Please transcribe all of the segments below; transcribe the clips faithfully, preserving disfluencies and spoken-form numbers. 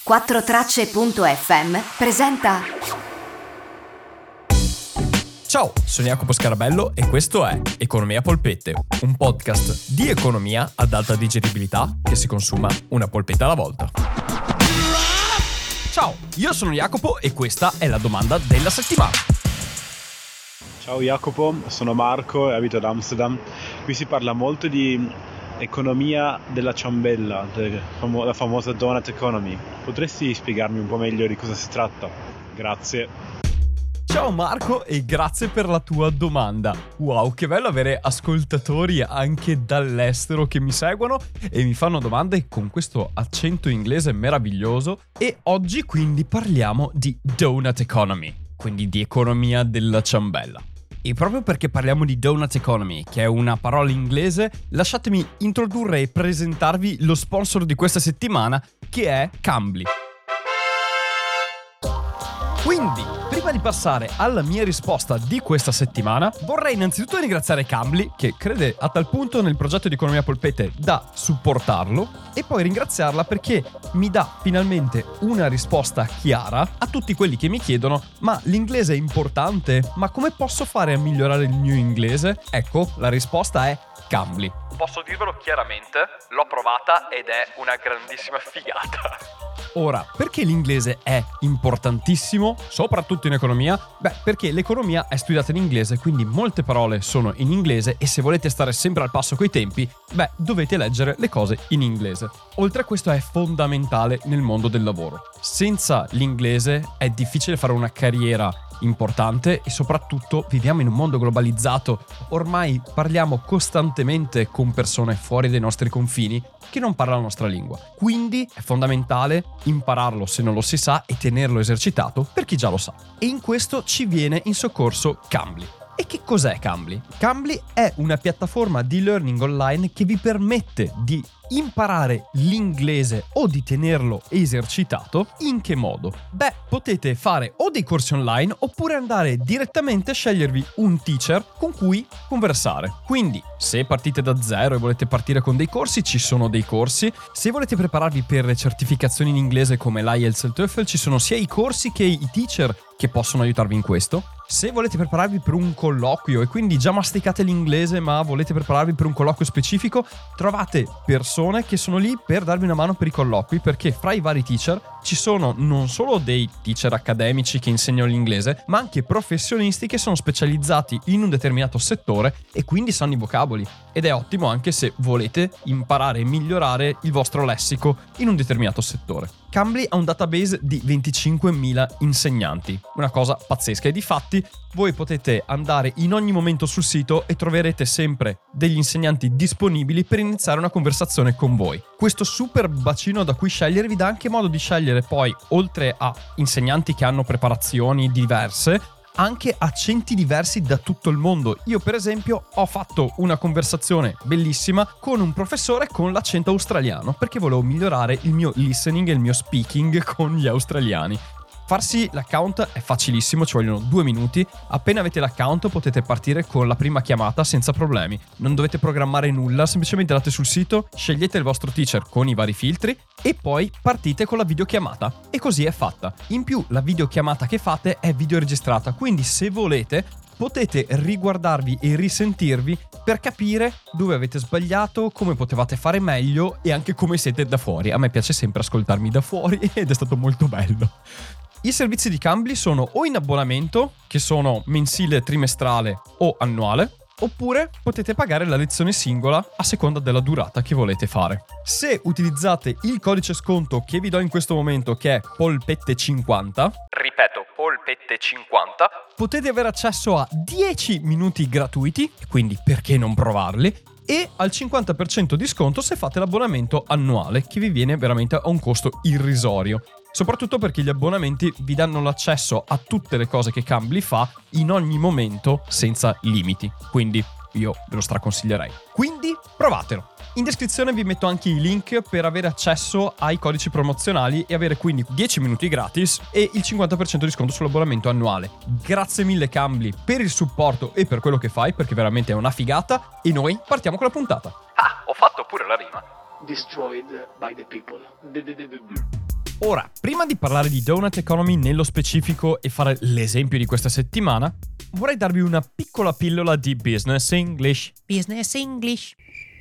quattro tracce punto effe emme presenta. Ciao, sono Jacopo Scarabello e questo è Economia Polpette, un podcast di economia ad alta digeribilità che si consuma una polpetta alla volta. Ciao, io sono Jacopo e questa è la domanda della settimana. Ciao Jacopo, sono Marco e abito ad Amsterdam. Qui si parla molto di economia della ciambella, la famosa donut economy. Potresti spiegarmi un po' meglio di cosa si tratta? Grazie. Ciao Marco e grazie per la tua domanda. Wow, che bello avere ascoltatori anche dall'estero che mi seguono e mi fanno domande con questo accento inglese meraviglioso. E oggi quindi parliamo di donut economy, quindi di economia della ciambella. E proprio perché parliamo di donut economy, che è una parola inglese, lasciatemi introdurre e presentarvi lo sponsor di questa settimana, che è Cambly. Quindi, prima di passare alla mia risposta di questa settimana, vorrei innanzitutto ringraziare Cambly, che crede a tal punto nel progetto di Economia Polpette da supportarlo, e poi ringraziarla perché mi dà finalmente una risposta chiara a tutti quelli che mi chiedono: ma l'inglese è importante? Ma come posso fare a migliorare il mio inglese? Ecco, la risposta è Cambly. Posso dirvelo chiaramente, l'ho provata ed è una grandissima figata. Ora, perché l'inglese è importantissimo, soprattutto in economia? Beh, perché l'economia è studiata in inglese, quindi molte parole sono in inglese e se volete stare sempre al passo coi tempi, beh, dovete leggere le cose in inglese. Oltre a questo è fondamentale nel mondo del lavoro. Senza l'inglese è difficile fare una carriera importante e soprattutto viviamo in un mondo globalizzato. Ormai parliamo costantemente con persone fuori dai nostri confini che non parlano la nostra lingua. Quindi è fondamentale impararlo se non lo si sa e tenerlo esercitato per chi già lo sa. E in questo ci viene in soccorso Cambly. E che cos'è Cambly? Cambly è una piattaforma di learning online che vi permette di imparare l'inglese o di tenerlo esercitato. In che modo? Beh, potete fare o dei corsi online oppure andare direttamente a scegliervi un teacher con cui conversare. Quindi, se partite da zero e volete partire con dei corsi, ci sono dei corsi. Se volete prepararvi per le certificazioni in inglese come l'I E L T S e il TOEFL, ci sono sia i corsi che i teacher che possono aiutarvi in questo. Se volete prepararvi per un colloquio e quindi già masticate l'inglese ma volete prepararvi per un colloquio specifico, trovate persone che sono lì per darvi una mano per i colloqui, perché fra i vari teacher ci sono non solo dei teacher accademici che insegnano l'inglese, ma anche professionisti che sono specializzati in un determinato settore e quindi sanno i vocaboli. Ed è ottimo anche se volete imparare e migliorare il vostro lessico in un determinato settore. Cambly ha un database di venticinquemila insegnanti, una cosa pazzesca, e difatti voi potete andare in ogni momento sul sito e troverete sempre degli insegnanti disponibili per iniziare una conversazione con voi. Questo super bacino da cui scegliere vi dà anche modo di scegliere poi, oltre a insegnanti che hanno preparazioni diverse, anche accenti diversi da tutto il mondo. Io per esempio ho fatto una conversazione bellissima con un professore con l'accento australiano perché volevo migliorare il mio listening e il mio speaking con gli australiani. Farsi l'account è facilissimo, ci vogliono due minuti. Appena avete l'account potete partire con la prima chiamata senza problemi. Non dovete programmare nulla, semplicemente andate sul sito, scegliete il vostro teacher con i vari filtri e poi partite con la videochiamata. E così è fatta. In più la videochiamata che fate è videoregistrata, quindi se volete potete riguardarvi e risentirvi per capire dove avete sbagliato, come potevate fare meglio e anche come siete da fuori. A me piace sempre ascoltarmi da fuori ed è stato molto bello. I servizi di Cambly sono o in abbonamento, che sono mensile, trimestrale o annuale, oppure potete pagare la lezione singola a seconda della durata che volete fare. Se utilizzate il codice sconto che vi do in questo momento, che è polpette cinquanta, ripeto, polpette cinquanta, potete avere accesso a dieci minuti gratuiti, quindi perché non provarli? E al cinquanta per cento di sconto se fate l'abbonamento annuale, che vi viene veramente a un costo irrisorio. Soprattutto perché gli abbonamenti vi danno l'accesso a tutte le cose che Cambly fa in ogni momento senza limiti. Quindi io ve lo straconsiglierei. Quindi provatelo. In descrizione vi metto anche i link per avere accesso ai codici promozionali e avere quindi dieci minuti gratis e il cinquanta per cento di sconto sull'abbonamento annuale. Grazie mille Cambly per il supporto e per quello che fai, perché veramente è una figata. E noi partiamo con la puntata. Ah, ho fatto pure la rima. Destroyed by the people. Ora, prima di parlare di donut economy nello specifico e fare l'esempio di questa settimana, vorrei darvi una piccola pillola di business English. Business English.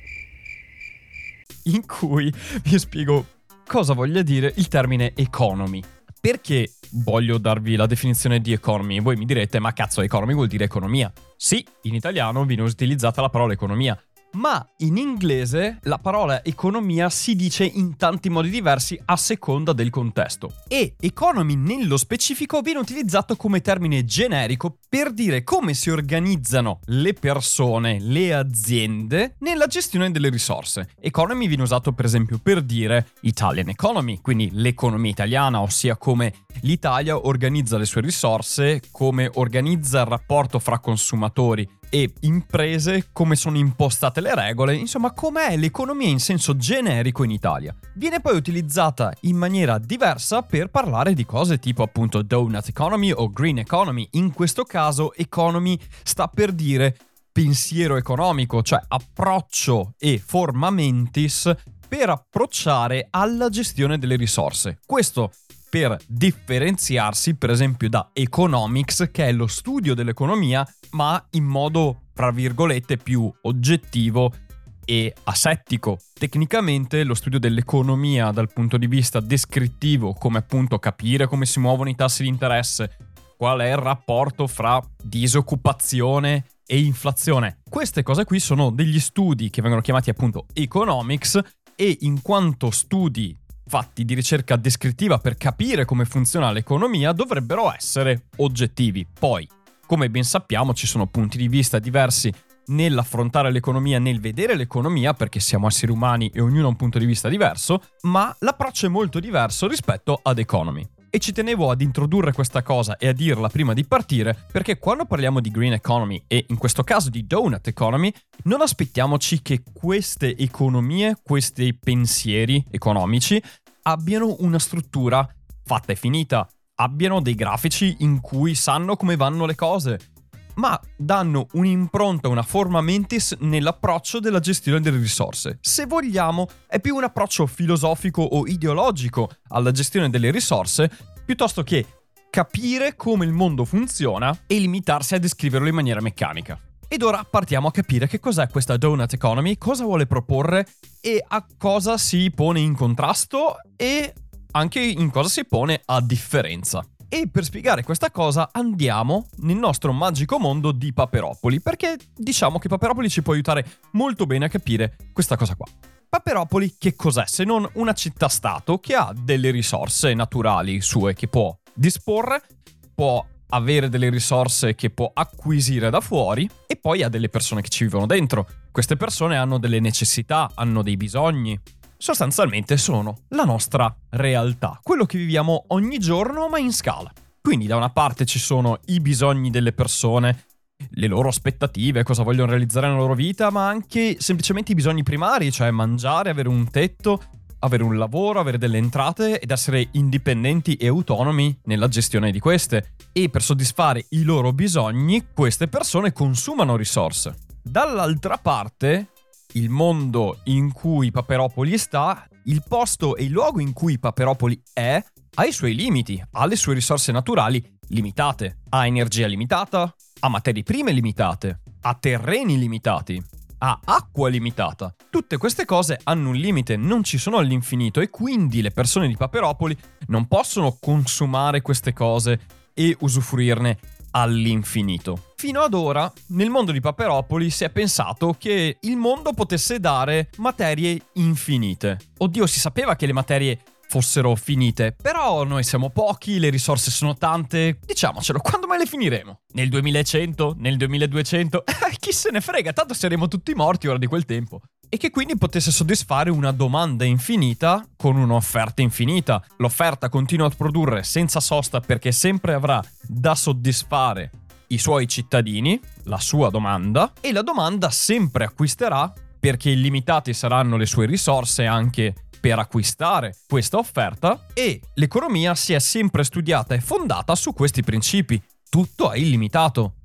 In cui vi spiego cosa voglia dire il termine economy. Perché voglio darvi la definizione di economy? Voi mi direte, ma cazzo, economy vuol dire economia. Sì, in italiano viene utilizzata la parola economia, ma in inglese la parola economia si dice in tanti modi diversi a seconda del contesto. E economy nello specifico viene utilizzato come termine generico per dire come si organizzano le persone, le aziende nella gestione delle risorse. Economy viene usato per esempio per dire Italian economy, quindi l'economia italiana, ossia come l'Italia organizza le sue risorse, come organizza il rapporto fra consumatori e imprese, come sono impostate le regole, insomma com'è l'economia in senso generico in Italia. Viene poi utilizzata in maniera diversa per parlare di cose tipo appunto donut economy o green economy. In questo caso economy sta per dire pensiero economico, cioè approccio e forma mentis per approcciare alla gestione delle risorse. Questo per differenziarsi per esempio da economics, che è lo studio dell'economia, ma in modo, tra virgolette, più oggettivo e asettico. Tecnicamente lo studio dell'economia dal punto di vista descrittivo, come appunto capire come si muovono i tassi di interesse, qual è il rapporto fra disoccupazione e inflazione. Queste cose qui sono degli studi che vengono chiamati appunto economics e in quanto studi fatti di ricerca descrittiva per capire come funziona l'economia dovrebbero essere oggettivi. Poi, come ben sappiamo, ci sono punti di vista diversi nell'affrontare l'economia, nel vedere l'economia, perché siamo esseri umani e ognuno ha un punto di vista diverso, ma l'approccio è molto diverso rispetto ad economy. E ci tenevo ad introdurre questa cosa e a dirla prima di partire, perché quando parliamo di green economy e in questo caso di donut economy, non aspettiamoci che queste economie, questi pensieri economici abbiano una struttura fatta e finita, abbiano dei grafici in cui sanno come vanno le cose, ma danno un'impronta, una forma mentis nell'approccio della gestione delle risorse. Se vogliamo, è più un approccio filosofico o ideologico alla gestione delle risorse, piuttosto che capire come il mondo funziona e limitarsi a descriverlo in maniera meccanica. Ed ora partiamo a capire che cos'è questa donut economy, cosa vuole proporre e a cosa si pone in contrasto e anche in cosa si pone a differenza. E per spiegare questa cosa andiamo nel nostro magico mondo di Paperopoli, perché diciamo che Paperopoli ci può aiutare molto bene a capire questa cosa qua. Paperopoli che cos'è se non una città-stato che ha delle risorse naturali sue che può disporre, può avere delle risorse che può acquisire da fuori e poi ha delle persone che ci vivono dentro. Queste persone hanno delle necessità, hanno dei bisogni. Sostanzialmente sono la nostra realtà, quello che viviamo ogni giorno ma in scala. Quindi da una parte ci sono i bisogni delle persone, le loro aspettative, cosa vogliono realizzare nella loro vita, ma anche semplicemente i bisogni primari, cioè mangiare, avere un tetto, avere un lavoro, avere delle entrate ed essere indipendenti e autonomi nella gestione di queste. E per soddisfare i loro bisogni, queste persone consumano risorse. Dall'altra parte, il mondo in cui Paperopoli sta, il posto e il luogo in cui Paperopoli è, ha i suoi limiti, ha le sue risorse naturali limitate, ha energia limitata, ha materie prime limitate, ha terreni limitati, ha acqua limitata. Tutte queste cose hanno un limite, non ci sono all'infinito e quindi le persone di Paperopoli non possono consumare queste cose e usufruirne all'infinito. Fino ad ora, nel mondo di Paperopoli si è pensato che il mondo potesse dare materie infinite. Oddio, si sapeva che le materie fossero finite, però noi siamo pochi, le risorse sono tante, diciamocelo, quando mai le finiremo? Nel duemilacento? Nel duemiladuecento? Chi se ne frega, tanto saremo tutti morti ora di quel tempo. E che quindi potesse soddisfare una domanda infinita con un'offerta infinita. L'offerta continua a produrre senza sosta perché sempre avrà da soddisfare i suoi cittadini, la sua domanda, e la domanda sempre acquisterà perché illimitate saranno le sue risorse anche per acquistare questa offerta e l'economia si è sempre studiata e fondata su questi principi. Tutto è illimitato.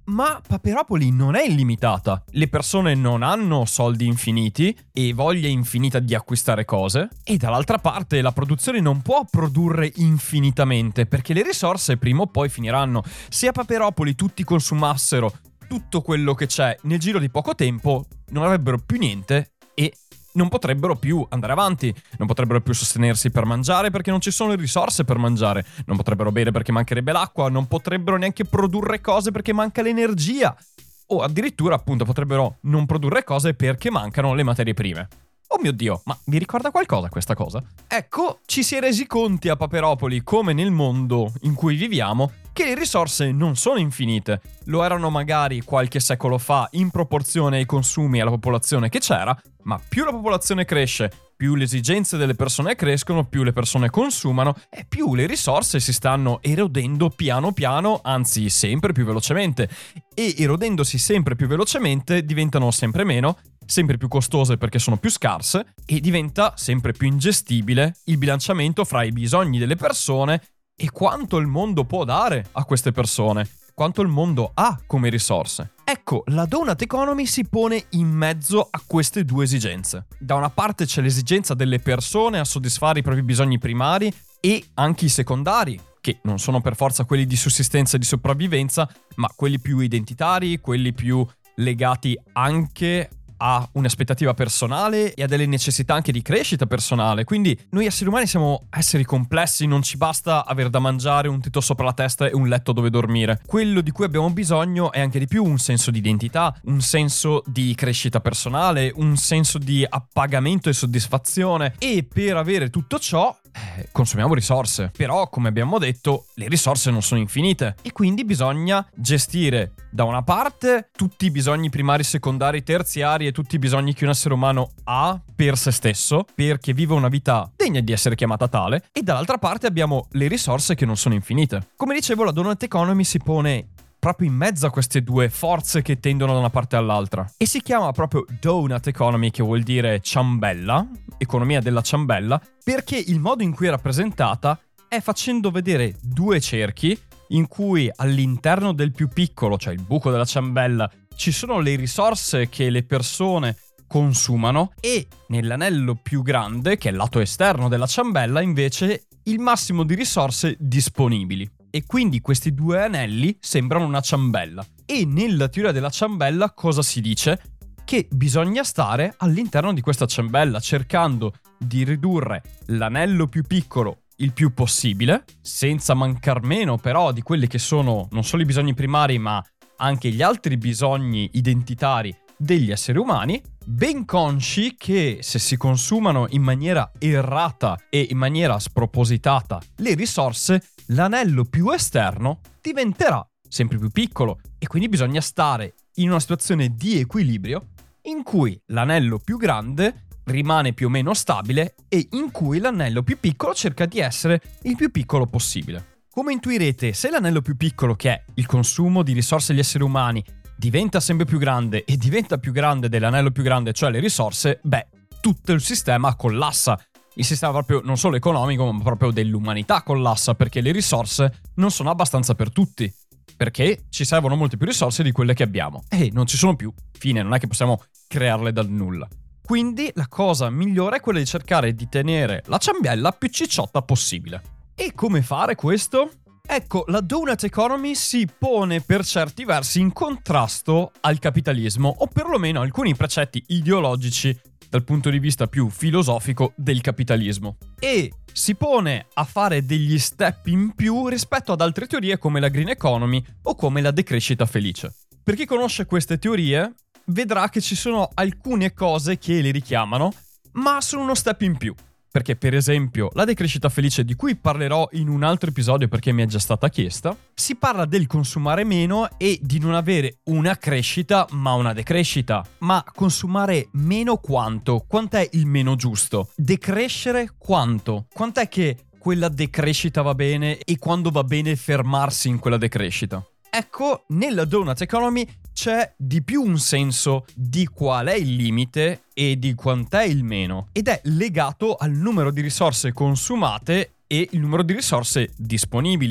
Ma Paperopoli non è illimitata. Le persone non hanno soldi infiniti e voglia infinita di acquistare cose. E dall'altra parte la produzione non può produrre infinitamente, perché le risorse prima o poi finiranno. Se a Paperopoli tutti consumassero tutto quello che c'è nel giro di poco tempo, non avrebbero più niente e non potrebbero più andare avanti, non potrebbero più sostenersi per mangiare perché non ci sono le risorse per mangiare, non potrebbero bere perché mancherebbe l'acqua, non potrebbero neanche produrre cose perché manca l'energia, o addirittura appunto potrebbero non produrre cose perché mancano le materie prime. Oh mio Dio, ma vi ricorda qualcosa questa cosa? Ecco, ci si è resi conti a Paperopoli, come nel mondo in cui viviamo, che le risorse non sono infinite. Lo erano magari qualche secolo fa in proporzione ai consumi e alla popolazione che c'era, ma più la popolazione cresce, più le esigenze delle persone crescono, più le persone consumano e più le risorse si stanno erodendo piano piano, anzi sempre più velocemente. E erodendosi sempre più velocemente diventano sempre meno, sempre più costose perché sono più scarse e diventa sempre più ingestibile il bilanciamento fra i bisogni delle persone e quanto il mondo può dare a queste persone, quanto il mondo ha come risorse. Ecco, la donut economy si pone in mezzo a queste due esigenze. Da una parte c'è l'esigenza delle persone a soddisfare i propri bisogni primari e anche i secondari, che non sono per forza quelli di sussistenza e di sopravvivenza, ma quelli più identitari, quelli più legati anche a un'aspettativa personale e a delle necessità anche di crescita personale. Quindi noi esseri umani siamo esseri complessi, non ci basta aver da mangiare, un tetto sopra la testa e un letto dove dormire. Quello di cui abbiamo bisogno è anche di più un senso di identità, un senso di crescita personale, un senso di appagamento e soddisfazione, e per avere tutto ciò eh, consumiamo risorse. Però, come abbiamo detto, le risorse non sono infinite e quindi bisogna gestire da una parte tutti i bisogni primari, secondari, terziari e tutti i bisogni che un essere umano ha per se stesso, perché vive una vita degna di essere chiamata tale, e dall'altra parte abbiamo le risorse che non sono infinite. Come dicevo, la donut economy si pone proprio in mezzo a queste due forze che tendono da una parte all'altra e si chiama proprio donut economy, che vuol dire ciambella, economia della ciambella, perché il modo in cui è rappresentata è facendo vedere due cerchi in cui all'interno del più piccolo, cioè il buco della ciambella, ci sono le risorse che le persone consumano e nell'anello più grande, che è il lato esterno della ciambella, invece il massimo di risorse disponibili. E quindi questi due anelli sembrano una ciambella. E nella teoria della ciambella cosa si dice? Che bisogna stare all'interno di questa ciambella, cercando di ridurre l'anello più piccolo il più possibile, senza mancar meno però di quelli che sono non solo i bisogni primari ma anche gli altri bisogni identitari degli esseri umani, ben consci che se si consumano in maniera errata e in maniera spropositata le risorse, l'anello più esterno diventerà sempre più piccolo e quindi bisogna stare in una situazione di equilibrio in cui l'anello più grande rimane più o meno stabile e in cui l'anello più piccolo cerca di essere il più piccolo possibile. Come intuirete, se l'anello più piccolo, che è il consumo di risorse degli esseri umani, diventa sempre più grande e diventa più grande dell'anello più grande, cioè le risorse, beh, tutto il sistema collassa. Il sistema proprio non solo economico, ma proprio dell'umanità collassa, perché le risorse non sono abbastanza per tutti. Perché ci servono molte più risorse di quelle che abbiamo. E non ci sono più. Fine, non è che possiamo crearle dal nulla. Quindi la cosa migliore è quella di cercare di tenere la ciambella più cicciotta possibile. E come fare questo? Ecco, la donut economy si pone per certi versi in contrasto al capitalismo, o perlomeno alcuni precetti ideologici dal punto di vista più filosofico del capitalismo. E si pone a fare degli step in più rispetto ad altre teorie come la green economy o come la decrescita felice. Per chi conosce queste teorie vedrà che ci sono alcune cose che le richiamano, ma sono uno step in più. Perché, per esempio, la decrescita felice, di cui parlerò in un altro episodio perché mi è già stata chiesta, si parla del consumare meno e di non avere una crescita ma una decrescita. Ma consumare meno quanto? Quant'è il meno giusto? Decrescere quanto? Quant'è che quella decrescita va bene e quando va bene fermarsi in quella decrescita? Ecco, nella donut economy c'è di più un senso di qual è il limite e di quant'è il meno, ed è legato al numero di risorse consumate e il numero di risorse disponibili.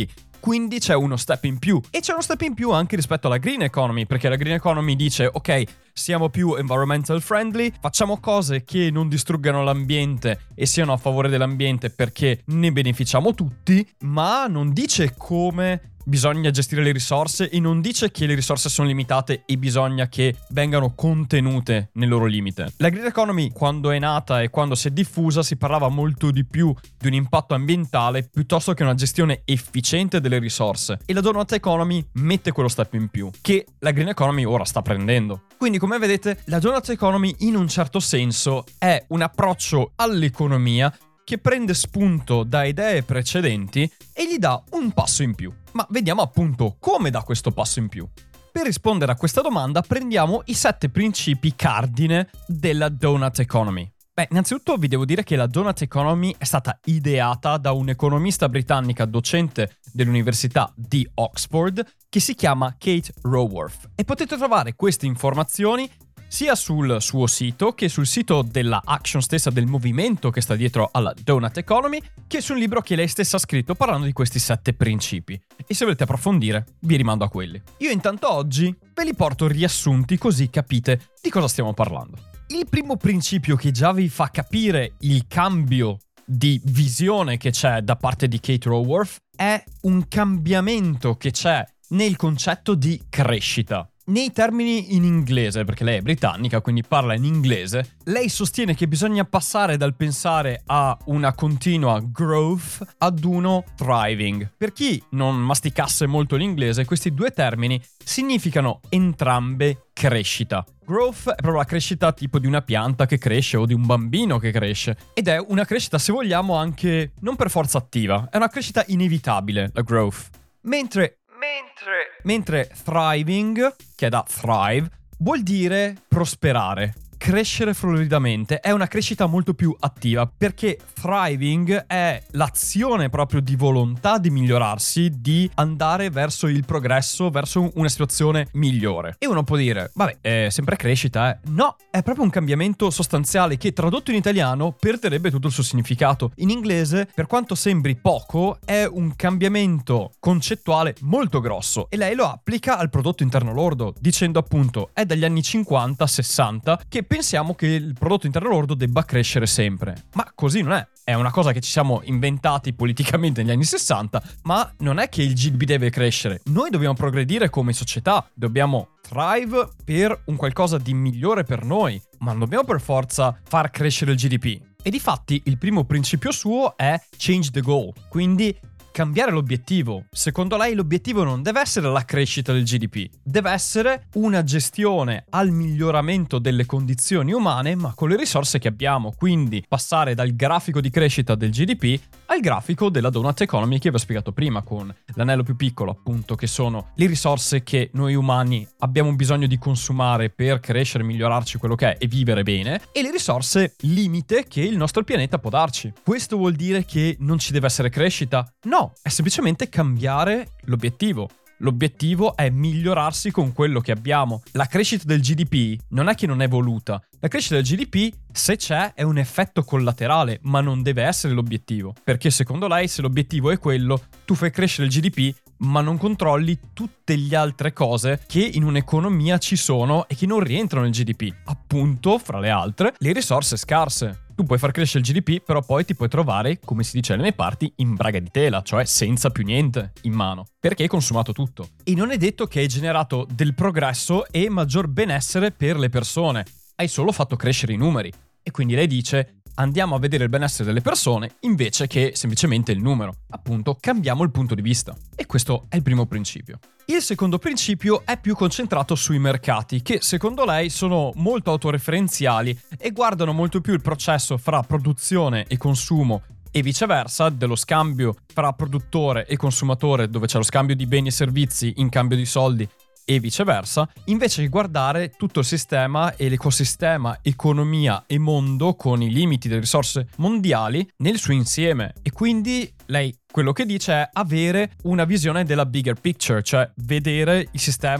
quindi c'è uno step in più. E c'è uno step in più anche rispetto alla green economy, perché la green economy dice ok, siamo più environmental friendly, facciamo cose che non distruggano l'ambiente e siano a favore dell'ambiente perché ne beneficiamo tutti, ma non dice come bisogna gestire le risorse e non dice che le risorse sono limitate e bisogna che vengano contenute nel loro limite. La green economy, quando è nata e quando si è diffusa, si parlava molto di più di un impatto ambientale piuttosto che una gestione efficiente delle risorse, e la donut economy mette quello step in più che la green economy ora sta prendendo. Quindi, come vedete, la donut economy in un certo senso è un approccio all'economia che prende spunto da idee precedenti e gli dà un passo in più. Ma vediamo appunto come dà questo passo in più. Per rispondere a questa domanda prendiamo i sette principi cardine della donut economy. Beh, innanzitutto vi devo dire che la donut economy è stata ideata da un'economista britannica docente dell'Università di Oxford che si chiama Kate Raworth, e potete trovare queste informazioni sia sul suo sito che sul sito della Action stessa, del movimento che sta dietro alla donut economy, che su un libro che lei stessa ha scritto parlando di questi sette principi. E se volete approfondire, vi rimando a quelli. Io intanto oggi ve li porto riassunti così capite di cosa stiamo parlando. Il primo principio che già vi fa capire il cambio di visione che c'è da parte di Kate Raworth è un cambiamento che c'è nel concetto di crescita. Nei termini in inglese, perché lei è britannica, quindi parla in inglese, lei sostiene che bisogna passare dal pensare a una continua growth ad uno thriving. Per chi non masticasse molto l'inglese, questi due termini significano entrambe crescita. Growth è proprio la crescita tipo di una pianta che cresce o di un bambino che cresce, ed è una crescita, se vogliamo, anche non per forza attiva, è una crescita inevitabile, la growth. Mentre Mentre... Mentre thriving, che è da thrive, vuol dire prosperare, crescere floridamente, è una crescita molto più attiva, perché thriving è l'azione proprio di volontà di migliorarsi, di andare verso il progresso, verso una situazione migliore. E uno può dire, vabbè, è sempre crescita, eh? No, è proprio un cambiamento sostanziale che tradotto in italiano perderebbe tutto il suo significato. In inglese, per quanto sembri poco, è un cambiamento concettuale molto grosso, e lei lo applica al prodotto interno lordo, dicendo appunto, è dagli anni cinquanta sessanta che pensiamo che il prodotto interno lordo debba crescere sempre. Ma così non è. È una cosa che ci siamo inventati politicamente negli anni sessanta, ma non è che il G D P deve crescere. Noi dobbiamo progredire come società, dobbiamo thrive per un qualcosa di migliore per noi, ma non dobbiamo per forza far crescere il G D P. E difatti il primo principio suo è change the goal, quindi cambiare l'obiettivo. Secondo lei l'obiettivo non deve essere la crescita del G D P, deve essere una gestione al miglioramento delle condizioni umane, ma con le risorse che abbiamo. Quindi passare dal grafico di crescita del G D P al grafico della donut economy che vi ho spiegato prima, con l'anello più piccolo appunto, che sono le risorse che noi umani abbiamo bisogno di consumare per crescere, migliorarci quello che è e vivere bene, e le risorse limite che il nostro pianeta può darci. Questo vuol dire che non ci deve essere crescita? No, è semplicemente cambiare l'obiettivo. L'obiettivo è migliorarsi con quello che abbiamo. La crescita del G D P non è che non è voluta. La crescita del G D P, se c'è, è un effetto collaterale, ma non deve essere l'obiettivo. Perché secondo lei, se l'obiettivo è quello, tu fai crescere il G D P, ma non controlli tutte le altre cose che in un'economia ci sono e che non rientrano nel G D P. Appunto, fra le altre, le risorse scarse. Tu puoi far crescere il G D P, però poi ti puoi trovare, come si dice nelle mie parti, in braga di tela, cioè senza più niente in mano, perché hai consumato tutto. E non è detto che hai generato del progresso e maggior benessere per le persone, hai solo fatto crescere i numeri. E quindi lei dice, andiamo a vedere il benessere delle persone invece che semplicemente il numero. Appunto, cambiamo il punto di vista. E questo è il primo principio. Il secondo principio è più concentrato sui mercati, che secondo lei sono molto autoreferenziali e guardano molto più il processo fra produzione e consumo e viceversa, dello scambio fra produttore e consumatore, dove c'è lo scambio di beni e servizi in cambio di soldi, e viceversa, invece che guardare tutto il sistema e l'ecosistema, economia e mondo con i limiti delle risorse mondiali nel suo insieme. E quindi lei quello che dice è avere una visione della bigger picture, cioè vedere il sistema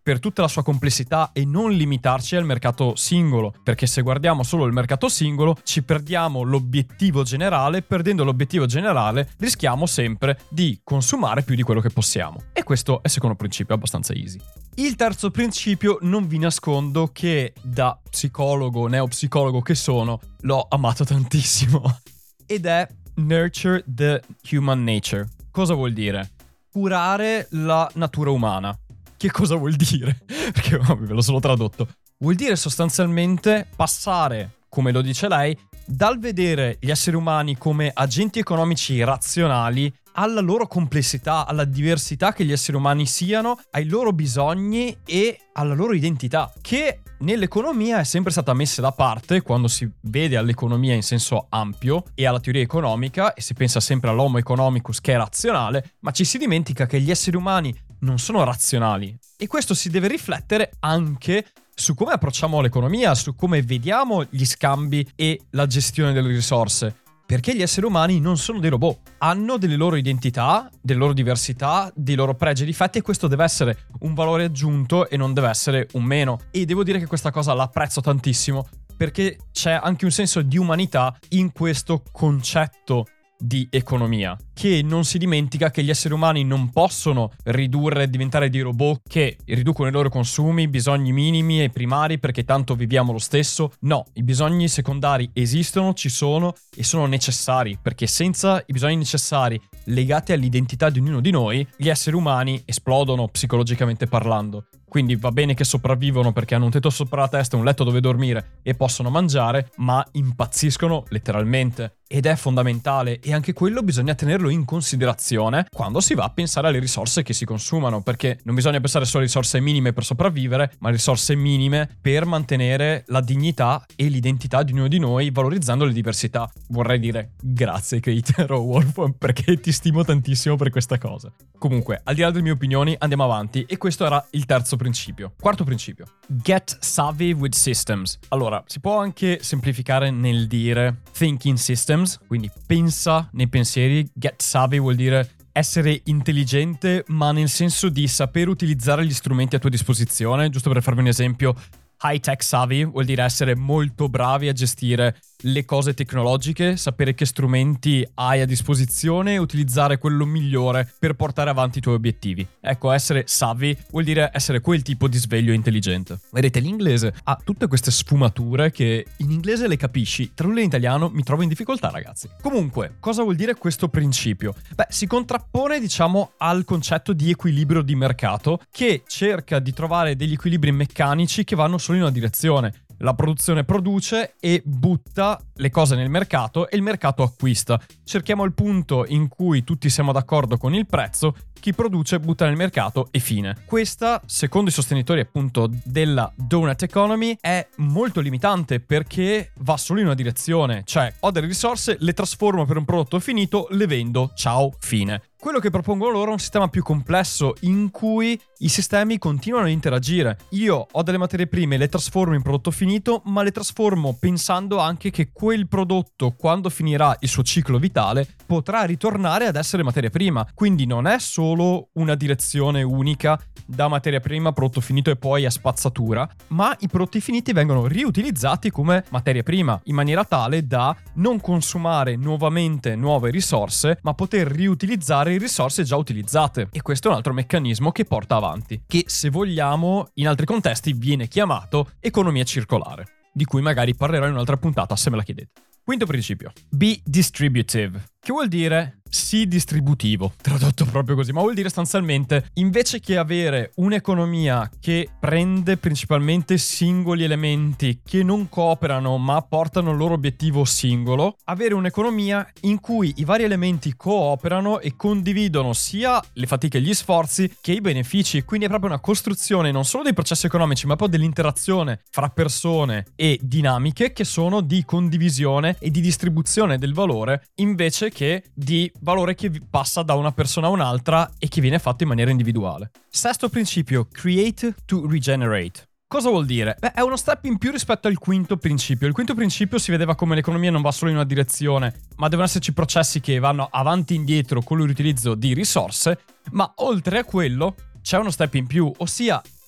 per tutta la sua complessità e non limitarci al mercato singolo, perché se guardiamo solo il mercato singolo ci perdiamo l'obiettivo generale, perdendo l'obiettivo generale rischiamo sempre di consumare più di quello che possiamo. E questo è il secondo principio, abbastanza easy. Il terzo principio, non vi nascondo che da psicologo, neopsicologo che sono, l'ho amato tantissimo, ed è nurture the human nature. Cosa vuol dire? Curare la natura umana. Che cosa vuol dire? Perché oh, ve l'ho solo tradotto. Vuol dire sostanzialmente passare, come lo dice lei, dal vedere gli esseri umani come agenti economici razionali alla loro complessità, alla diversità che gli esseri umani siano, ai loro bisogni e alla loro identità, che nell'economia è sempre stata messa da parte quando si vede all'economia in senso ampio e alla teoria economica e si pensa sempre all'homo economicus che è razionale, ma ci si dimentica che gli esseri umani non sono razionali e questo si deve riflettere anche su come approcciamo l'economia, su come vediamo gli scambi e la gestione delle risorse. Perché gli esseri umani non sono dei robot, hanno delle loro identità, delle loro diversità, dei loro pregi e difetti e questo deve essere un valore aggiunto e non deve essere un meno. E devo dire che questa cosa l'apprezzo tantissimo perché c'è anche un senso di umanità in questo concetto di economia, che non si dimentica che gli esseri umani non possono ridurre e diventare dei robot che riducono i loro consumi, i bisogni minimi e primari perché tanto viviamo lo stesso. No, i bisogni secondari esistono, ci sono e sono necessari, perché senza i bisogni necessari legati all'identità di ognuno di noi, gli esseri umani esplodono psicologicamente parlando. Quindi va bene che sopravvivono perché hanno un tetto sopra la testa, un letto dove dormire e possono mangiare, ma impazziscono letteralmente. Ed è fondamentale e anche quello bisogna tenerlo in considerazione quando si va a pensare alle risorse che si consumano, perché non bisogna pensare solo alle risorse minime per sopravvivere, ma alle risorse minime per mantenere la dignità e l'identità di ognuno di noi, valorizzando le diversità. Vorrei dire grazie Kate Raworth perché ti stimo tantissimo per questa cosa. Comunque, al di là delle mie opinioni, andiamo avanti e questo era il terzo principio. Quarto principio. Get savvy with systems. Allora, si può anche semplificare nel dire thinking systems, quindi pensa nei pensieri. Get savvy vuol dire essere intelligente, ma nel senso di saper utilizzare gli strumenti a tua disposizione. Giusto per farvi un esempio, high tech savvy vuol dire essere molto bravi a gestire le cose tecnologiche, sapere che strumenti hai a disposizione e utilizzare quello migliore per portare avanti i tuoi obiettivi. Ecco, essere savvy vuol dire essere quel tipo di sveglio intelligente. Vedete, l'inglese ha tutte queste sfumature che in inglese le capisci, tradurle in italiano mi trovo in difficoltà, ragazzi. Comunque, cosa vuol dire questo principio? Beh, si contrappone, diciamo, al concetto di equilibrio di mercato che cerca di trovare degli equilibri meccanici che vanno solo in una direzione. La produzione produce e butta le cose nel mercato e il mercato acquista. Cerchiamo il punto in cui tutti siamo d'accordo con il prezzo, chi produce butta nel mercato e fine. Questa, secondo i sostenitori appunto della donut economy, è molto limitante perché va solo in una direzione, cioè ho delle risorse, le trasformo per un prodotto finito, le vendo, ciao, fine. Quello che propongono loro è un sistema più complesso in cui i sistemi continuano a interagire. Io ho delle materie prime, le trasformo in prodotto finito, ma le trasformo pensando anche che quel prodotto, quando finirà il suo ciclo vitale, potrà ritornare ad essere materia prima. Quindi non è solo una direzione unica da materia prima, prodotto finito e poi a spazzatura, ma i prodotti finiti vengono riutilizzati come materia prima, in maniera tale da non consumare nuovamente nuove risorse, ma poter riutilizzare risorse già utilizzate. E questo è un altro meccanismo che porta avanti, che se vogliamo in altri contesti viene chiamato economia circolare, di cui magari parlerò in un'altra puntata se me la chiedete. Quinto principio, be distributive, che vuol dire sì distributivo, tradotto proprio così, ma vuol dire sostanzialmente invece che avere un'economia che prende principalmente singoli elementi che non cooperano ma portano il loro obiettivo singolo, avere un'economia in cui i vari elementi cooperano e condividono sia le fatiche e gli sforzi che i benefici, quindi è proprio una costruzione non solo dei processi economici ma proprio dell'interazione fra persone e dinamiche che sono di condivisione e di distribuzione del valore invece che di valore che passa da una persona a un'altra e che viene fatto in maniera individuale. Sesto principio, create to regenerate. Cosa vuol dire? Beh, è uno step in più rispetto al quinto principio. Il quinto principio si vedeva come l'economia non va solo in una direzione, ma devono esserci processi che vanno avanti e indietro con l'utilizzo di risorse, ma oltre a quello c'è uno step in più, ossia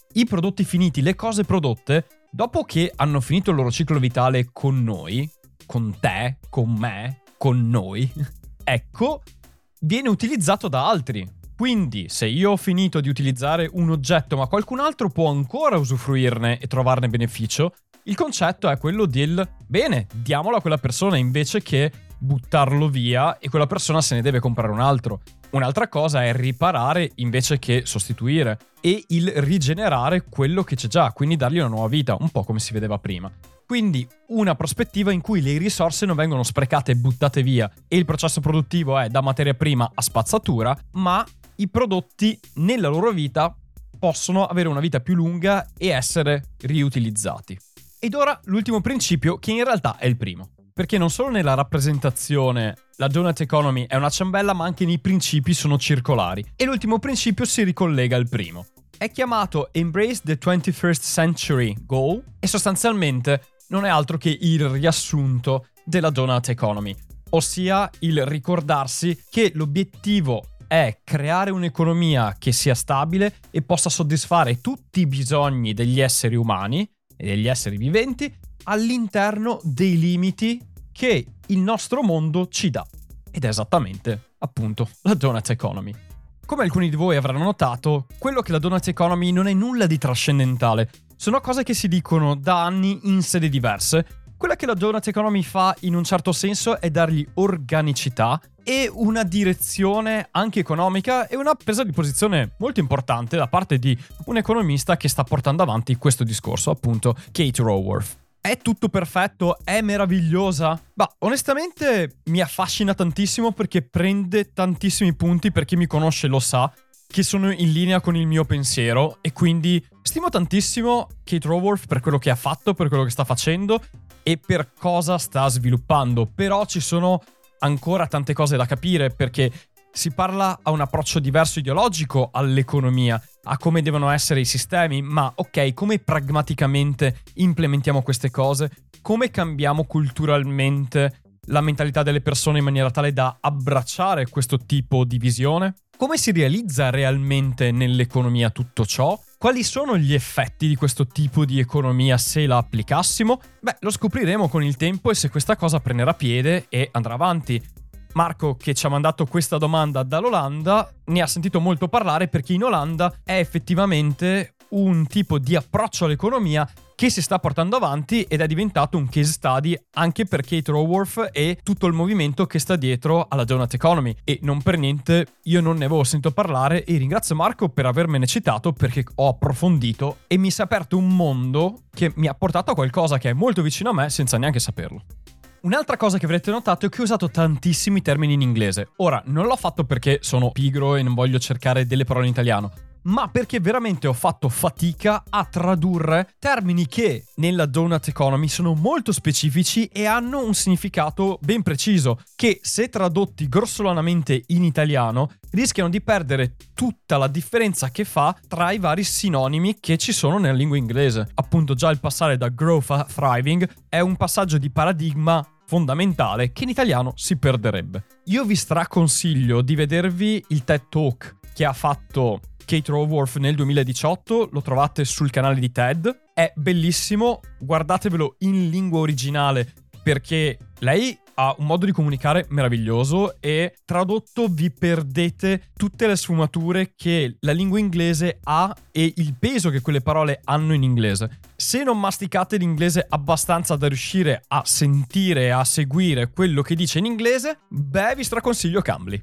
i prodotti finiti, le cose prodotte, dopo che hanno finito il loro ciclo vitale con noi, con te, con me, con noi, ecco, viene utilizzato da altri. Quindi, se io ho finito di utilizzare un oggetto, ma qualcun altro può ancora usufruirne e trovarne beneficio, il concetto è quello del bene, diamolo a quella persona invece che buttarlo via e quella persona se ne deve comprare un altro. Un'altra cosa è riparare invece che sostituire e il rigenerare quello che c'è già, quindi dargli una nuova vita, un po' come si vedeva prima. Quindi una prospettiva in cui le risorse non vengono sprecate e buttate via e il processo produttivo è da materia prima a spazzatura, ma i prodotti nella loro vita possono avere una vita più lunga e essere riutilizzati. Ed ora l'ultimo principio, che in realtà è il primo. Perché non solo nella rappresentazione la donut economy è una ciambella, ma anche nei principi sono circolari. E l'ultimo principio si ricollega al primo. È chiamato Embrace the twenty-first Century Goal e sostanzialmente non è altro che il riassunto della donut economy, ossia il ricordarsi che l'obiettivo è creare un'economia che sia stabile e possa soddisfare tutti i bisogni degli esseri umani e degli esseri viventi all'interno dei limiti che il nostro mondo ci dà. Ed è esattamente, appunto, la donut economy. Come alcuni di voi avranno notato, quello che la donut economy non è nulla di trascendentale. Sono cose che si dicono da anni in sedi diverse. Quella che la donut economy fa in un certo senso è dargli organicità e una direzione anche economica e una presa di posizione molto importante da parte di un economista che sta portando avanti questo discorso, appunto Kate Raworth. È tutto perfetto? È meravigliosa? Bah, onestamente mi affascina tantissimo perché prende tantissimi punti, per chi mi conosce lo sa, che sono in linea con il mio pensiero e quindi stimo tantissimo Kate Raworth per quello che ha fatto, per quello che sta facendo e per cosa sta sviluppando. Però ci sono ancora tante cose da capire perché si parla a un approccio diverso ideologico all'economia, a come devono essere i sistemi, ma ok, come pragmaticamente implementiamo queste cose, come cambiamo culturalmente la mentalità delle persone in maniera tale da abbracciare questo tipo di visione? Come si realizza realmente nell'economia tutto ciò? Quali sono gli effetti di questo tipo di economia se la applicassimo? Beh, lo scopriremo con il tempo e se questa cosa prenderà piede e andrà avanti. Marco, che ci ha mandato questa domanda dall'Olanda, ne ha sentito molto parlare perché in Olanda è effettivamente un tipo di approccio all'economia che si sta portando avanti ed è diventato un case study anche per Kate Raworth e tutto il movimento che sta dietro alla donut economy. E non per niente io non ne avevo sentito parlare e ringrazio Marco per avermene citato perché ho approfondito e mi si è aperto un mondo che mi ha portato a qualcosa che è molto vicino a me senza neanche saperlo. Un'altra cosa che avrete notato è che ho usato tantissimi termini in inglese. Ora, non l'ho fatto perché sono pigro e non voglio cercare delle parole in italiano, ma perché veramente ho fatto fatica a tradurre termini che nella donut economy sono molto specifici e hanno un significato ben preciso, che se tradotti grossolanamente in italiano rischiano di perdere tutta la differenza che fa tra i vari sinonimi che ci sono nella lingua inglese. Appunto, già il passare da growth a thriving è un passaggio di paradigma fondamentale che in italiano si perderebbe. Io vi straconsiglio di vedervi il TED Talk che ha fatto Kate Raworth nel duemiladiciotto, lo trovate sul canale di TED, è bellissimo, guardatevelo in lingua originale perché lei ha un modo di comunicare meraviglioso e tradotto vi perdete tutte le sfumature che la lingua inglese ha e il peso che quelle parole hanno in inglese. Se non masticate l'inglese abbastanza da riuscire a sentire e a seguire quello che dice in inglese, beh, vi straconsiglio Cambly.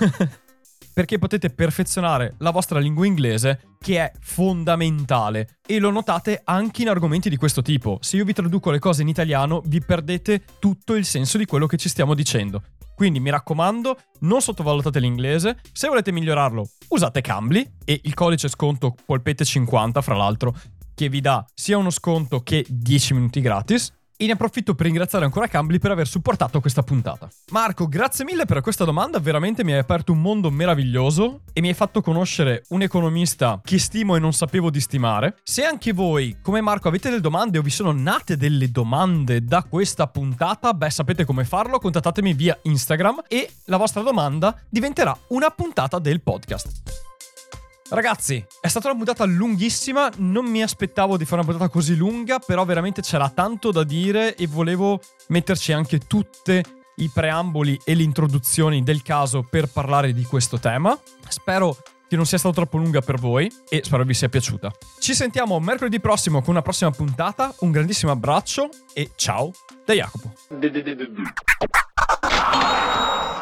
Perché potete perfezionare la vostra lingua inglese, che è fondamentale, e lo notate anche in argomenti di questo tipo. Se io vi traduco le cose in italiano, vi perdete tutto il senso di quello che ci stiamo dicendo. Quindi mi raccomando, non sottovalutate l'inglese. Se volete migliorarlo, usate Cambly e il codice sconto polpette cinquanta, fra l'altro, che vi dà sia uno sconto che dieci minuti gratis. E ne approfitto per ringraziare ancora Cambly per aver supportato questa puntata. Marco, grazie mille per questa domanda, veramente mi hai aperto un mondo meraviglioso e mi hai fatto conoscere un economista che stimo e non sapevo di stimare. Se anche voi, come Marco, avete delle domande o vi sono nate delle domande da questa puntata, beh, sapete come farlo, contattatemi via Instagram e la vostra domanda diventerà una puntata del podcast. Ragazzi, è stata una puntata lunghissima, non mi aspettavo di fare una puntata così lunga, però veramente c'era tanto da dire e volevo metterci anche tutte i preamboli e le introduzioni del caso per parlare di questo tema. Spero che non sia stata troppo lunga per voi e spero vi sia piaciuta. Ci sentiamo mercoledì prossimo con una prossima puntata, un grandissimo abbraccio e ciao da Jacopo.